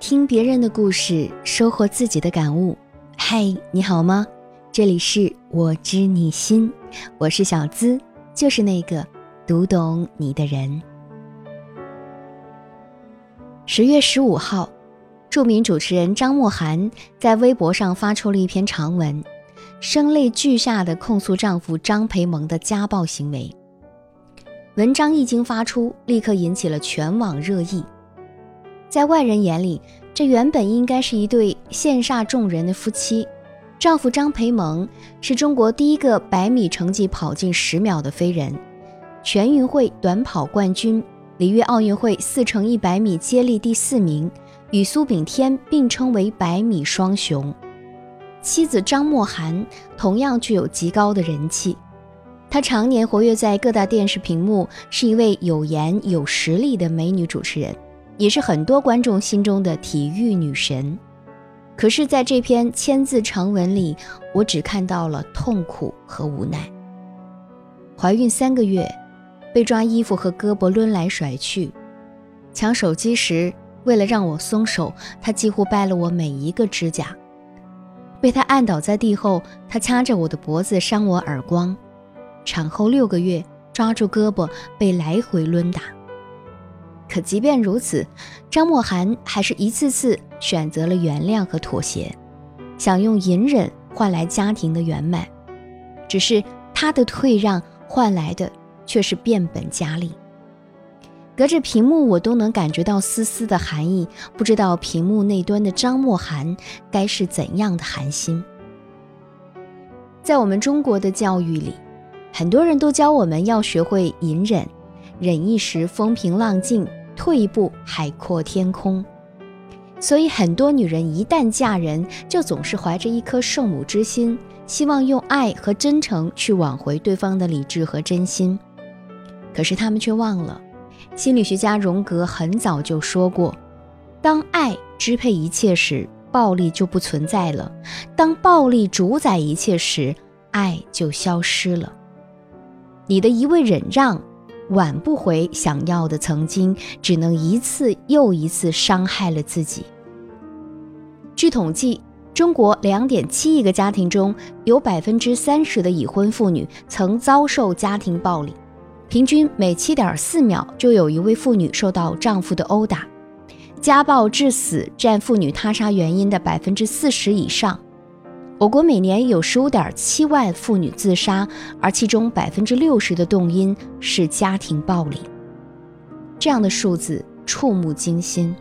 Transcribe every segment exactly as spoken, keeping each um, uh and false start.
听别人的故事，收获自己的感悟。嗨，你好吗？这里是我知你心，我是小资，就是那个读懂你的人。十月十五号，著名主持人张默涵在微博上发出了一篇长文，声泪俱下地控诉丈夫张培萌的家暴行为。文章一经发出，立刻引起了全网热议。在外人眼里，这原本应该是一对羡煞众人的夫妻。丈夫张培萌是中国第一个百米成绩跑进十秒的飞人，全运会短跑冠军，里约奥运会四乘一百米接力第四名，与苏炳添并称为百米双雄。妻子张默涵同样具有极高的人气，她常年活跃在各大电视屏幕，是一位有颜有实力的美女主持人，也是很多观众心中的体育女神。可是在这篇千字长文里，我只看到了痛苦和无奈。怀孕三个月，被抓衣服和胳膊抡来甩去，抢手机时为了让我松手，他几乎掰了我每一个指甲。被他按倒在地后，他掐着我的脖子扇我耳光。产后六个月，抓住胳膊被来回抡打。可即便如此，张默涵还是一次次选择了原谅和妥协，想用隐忍换来家庭的圆满。只是他的退让换来的却是变本加厉。隔着屏幕我都能感觉到丝丝的寒意，不知道屏幕那端的张默涵该是怎样的寒心。在我们中国的教育里，很多人都教我们要学会隐忍，忍一时风平浪静，退一步海阔天空。所以很多女人一旦嫁人，就总是怀着一颗圣母之心，希望用爱和真诚去挽回对方的理智和真心。可是她们却忘了，心理学家荣格很早就说过，当爱支配一切时，暴力就不存在了；当暴力主宰一切时，爱就消失了。你的一味忍让，挽不回想要的曾经，只能一次又一次伤害了自己。据统计，中国 两点七亿个家庭中，有 百分之三十 的已婚妇女曾遭受家庭暴力，平均每 七点四秒就有一位妇女受到丈夫的殴打。家暴致死占妇女他杀原因的 百分之四十 以上。我国每年有 十五点七万妇女自杀，而其中 百分之六十 的动因是家庭暴力。这样的数字触目惊心。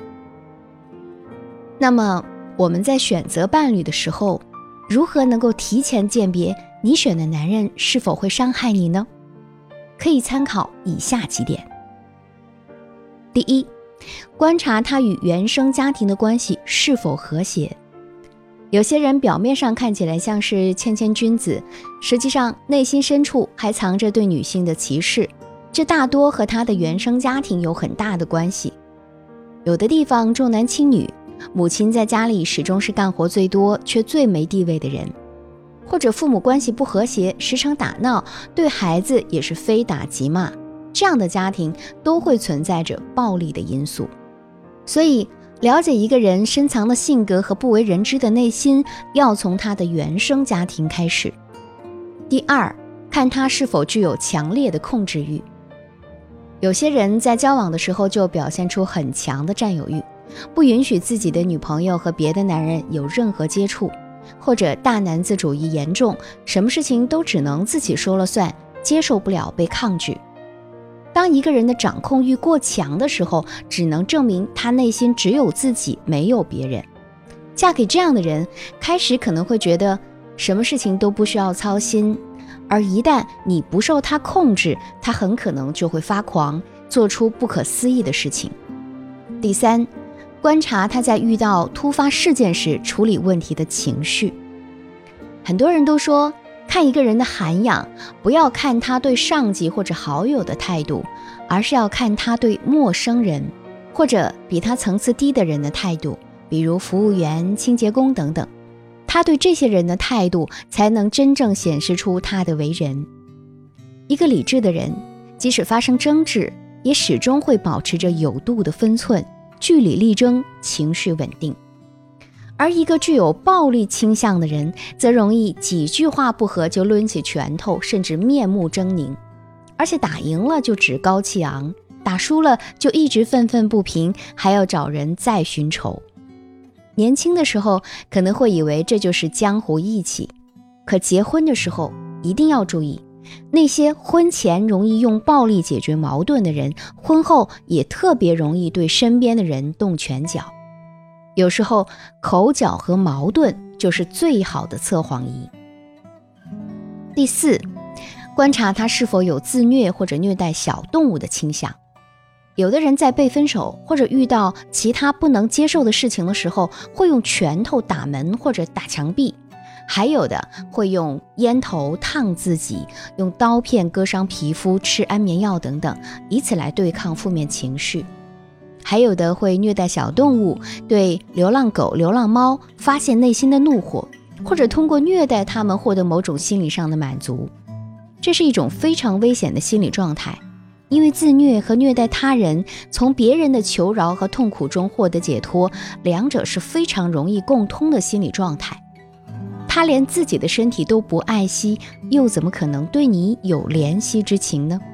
那么我们在选择伴侣的时候，如何能够提前鉴别你选的男人是否会伤害你呢？可以参考以下几点。第一，观察他与原生家庭的关系是否和谐。有些人表面上看起来像是谦谦君子，实际上内心深处还藏着对女性的歧视，这大多和他的原生家庭有很大的关系。有的地方重男轻女，母亲在家里始终是干活最多却最没地位的人，或者父母关系不和谐，时常打闹，对孩子也是非打即骂，这样的家庭都会存在着暴力的因素。所以了解一个人深藏的性格和不为人知的内心，要从他的原生家庭开始。第二，看他是否具有强烈的控制欲。有些人在交往的时候就表现出很强的占有欲，不允许自己的女朋友和别的男人有任何接触，或者大男子主义严重，什么事情都只能自己说了算，接受不了被抗拒。当一个人的掌控欲过强的时候，只能证明他内心只有自己，没有别人。嫁给这样的人，开始可能会觉得什么事情都不需要操心，而一旦你不受他控制，他很可能就会发狂，做出不可思议的事情。第三，观察他在遇到突发事件时处理问题的情绪。很多人都说，看一个人的涵养，不要看他对上级或者好友的态度，而是要看他对陌生人或者比他层次低的人的态度，比如服务员、清洁工等等。他对这些人的态度才能真正显示出他的为人。一个理智的人，即使发生争执，也始终会保持着有度的分寸， 据理力争，情绪稳定。而一个具有暴力倾向的人，则容易几句话不合就抡起拳头，甚至面目狰狞，而且打赢了就趾高气昂，打输了就一直愤愤不平，还要找人再寻仇。年轻的时候可能会以为这就是江湖义气，可结婚的时候一定要注意，那些婚前容易用暴力解决矛盾的人，婚后也特别容易对身边的人动拳脚。有时候口角和矛盾就是最好的测谎仪。第四，观察他是否有自虐或者虐待小动物的倾向。有的人在被分手或者遇到其他不能接受的事情的时候，会用拳头打门或者打墙壁，还有的会用烟头烫自己，用刀片割伤皮肤，吃安眠药等等，以此来对抗负面情绪。还有的会虐待小动物，对流浪狗、流浪猫发泄内心的怒火，或者通过虐待它们获得某种心理上的满足。这是一种非常危险的心理状态，因为自虐和虐待他人，从别人的求饶和痛苦中获得解脱，两者是非常容易共通的心理状态。他连自己的身体都不爱惜，又怎么可能对你有怜惜之情呢？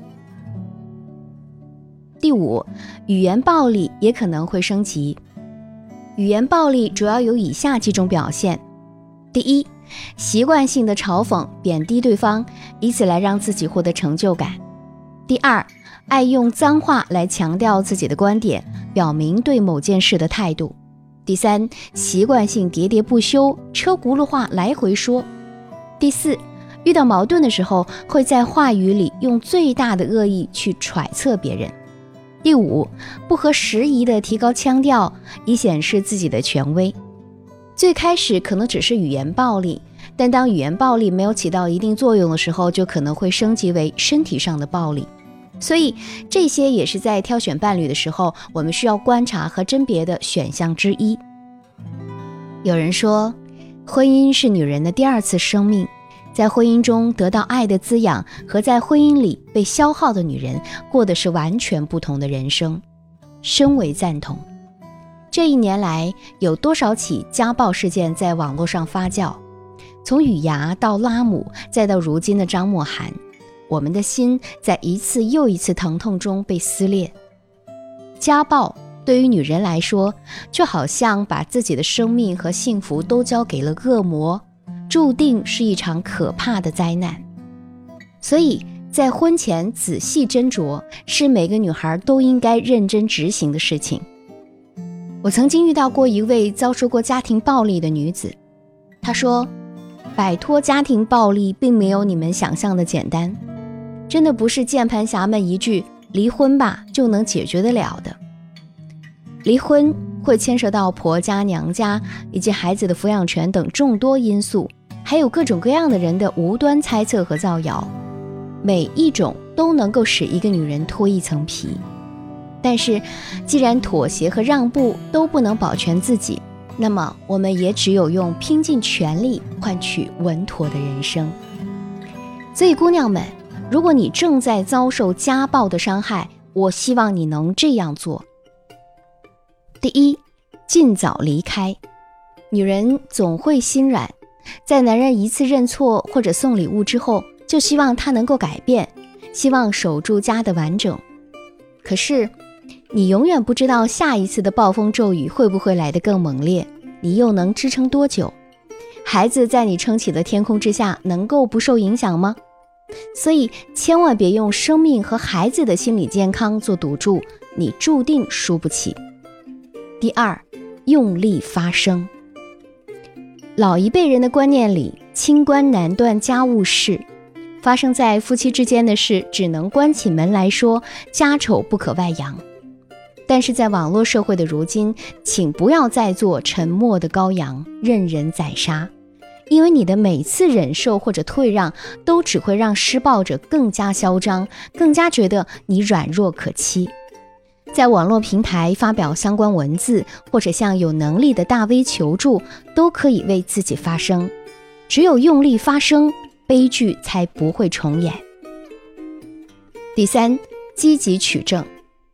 第五，语言暴力也可能会升级。语言暴力主要有以下几种表现。第一，习惯性的嘲讽、贬低对方，以此来让自己获得成就感。第二，爱用脏话来强调自己的观点，表明对某件事的态度。第三，习惯性喋喋不休，车轱辘话来回说。第四，遇到矛盾的时候，会在话语里用最大的恶意去揣测别人。第五，不合时宜地提高腔调，以显示自己的权威。最开始可能只是语言暴力，但当语言暴力没有起到一定作用的时候，就可能会升级为身体上的暴力。所以这些也是在挑选伴侣的时候，我们需要观察和甄别的选项之一。有人说，婚姻是女人的第二次生命，在婚姻中得到爱的滋养和在婚姻里被消耗的女人，过的是完全不同的人生。深为赞同。这一年来，有多少起家暴事件在网络上发酵？从雨芽到拉姆，再到如今的张默涵，我们的心在一次又一次疼痛中被撕裂。家暴对于女人来说，就好像把自己的生命和幸福都交给了恶魔，注定是一场可怕的灾难。所以在婚前仔细斟酌，是每个女孩都应该认真执行的事情。我曾经遇到过一位遭受过家庭暴力的女子，她说，摆脱家庭暴力并没有你们想象的简单，真的不是键盘侠们一句离婚吧就能解决得了的。离婚会牵涉到婆家、娘家以及孩子的抚养权等众多因素，还有各种各样的人的无端猜测和造谣，每一种都能够使一个女人脱一层皮。但是既然妥协和让步都不能保全自己，那么我们也只有用拼尽全力换取稳妥的人生。所以姑娘们，如果你正在遭受家暴的伤害，我希望你能这样做。第一，尽早离开。女人总会心软，在男人一次认错或者送礼物之后，就希望他能够改变，希望守住家的完整。可是你永远不知道下一次的暴风骤雨会不会来得更猛烈，你又能支撑多久？孩子在你撑起的天空之下能够不受影响吗？所以千万别用生命和孩子的心理健康做赌注，你注定输不起。第二，用力发声。老一辈人的观念里，清官难断家务事，发生在夫妻之间的事只能关起门来说，家丑不可外扬。但是在网络社会的如今，请不要再做沉默的羔羊，任人宰杀，因为你的每次忍受或者退让，都只会让施暴者更加嚣张，更加觉得你软弱可欺。在网络平台发表相关文字，或者向有能力的大 V 求助，都可以为自己发声。只有用力发声，悲剧才不会重演。第三，积极取证。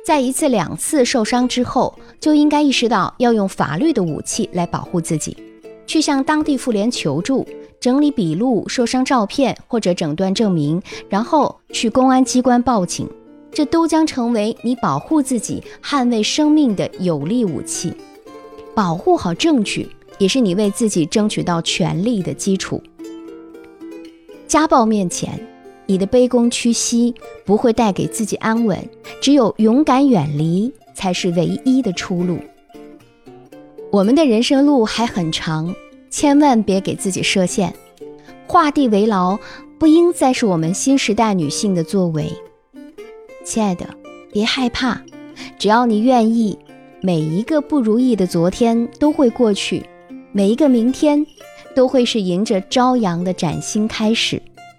在一次两次受伤之后，就应该意识到要用法律的武器来保护自己，去向当地妇联求助，整理笔录、受伤照片或者诊断证明，然后去公安机关报警，这都将成为你保护自己、捍卫生命的有力武器。保护好证据，也是你为自己争取到权利的基础。家暴面前，你的卑躬屈膝不会带给自己安稳，只有勇敢远离才是唯一的出路。我们的人生路还很长，千万别给自己设限。画地为牢不应再是我们新时代女性的作为。亲爱的，别害怕，只要你愿意，每一个不如意的昨天都会过去，每一个明天都会是迎着朝阳的崭新开始。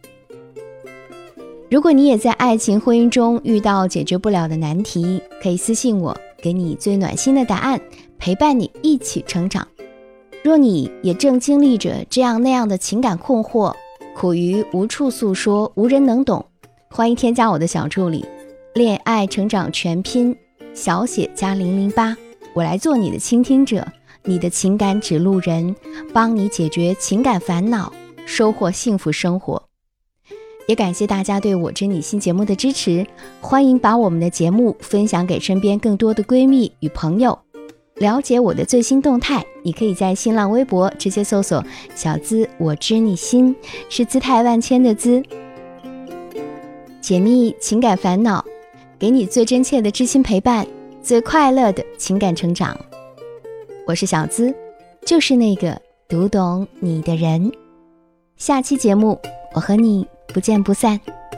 如果你也在爱情婚姻中遇到解决不了的难题，可以私信我，给你最暖心的答案，陪伴你一起成长。若你也正经历着这样那样的情感困惑，苦于无处诉说，无人能懂，欢迎添加我的小助理，恋爱成长全拼小写加零零八，我来做你的倾听者，你的情感指路人，帮你解决情感烦恼，收获幸福生活。也感谢大家对我知你心节目的支持，欢迎把我们的节目分享给身边更多的闺蜜与朋友。了解我的最新动态，你可以在新浪微博直接搜索小资我知你心，是姿态万千的资，解密情感烦恼，给你最真切的知心陪伴，最快乐的情感成长。我是小资，就是那个读懂你的人。下期节目我和你不见不散。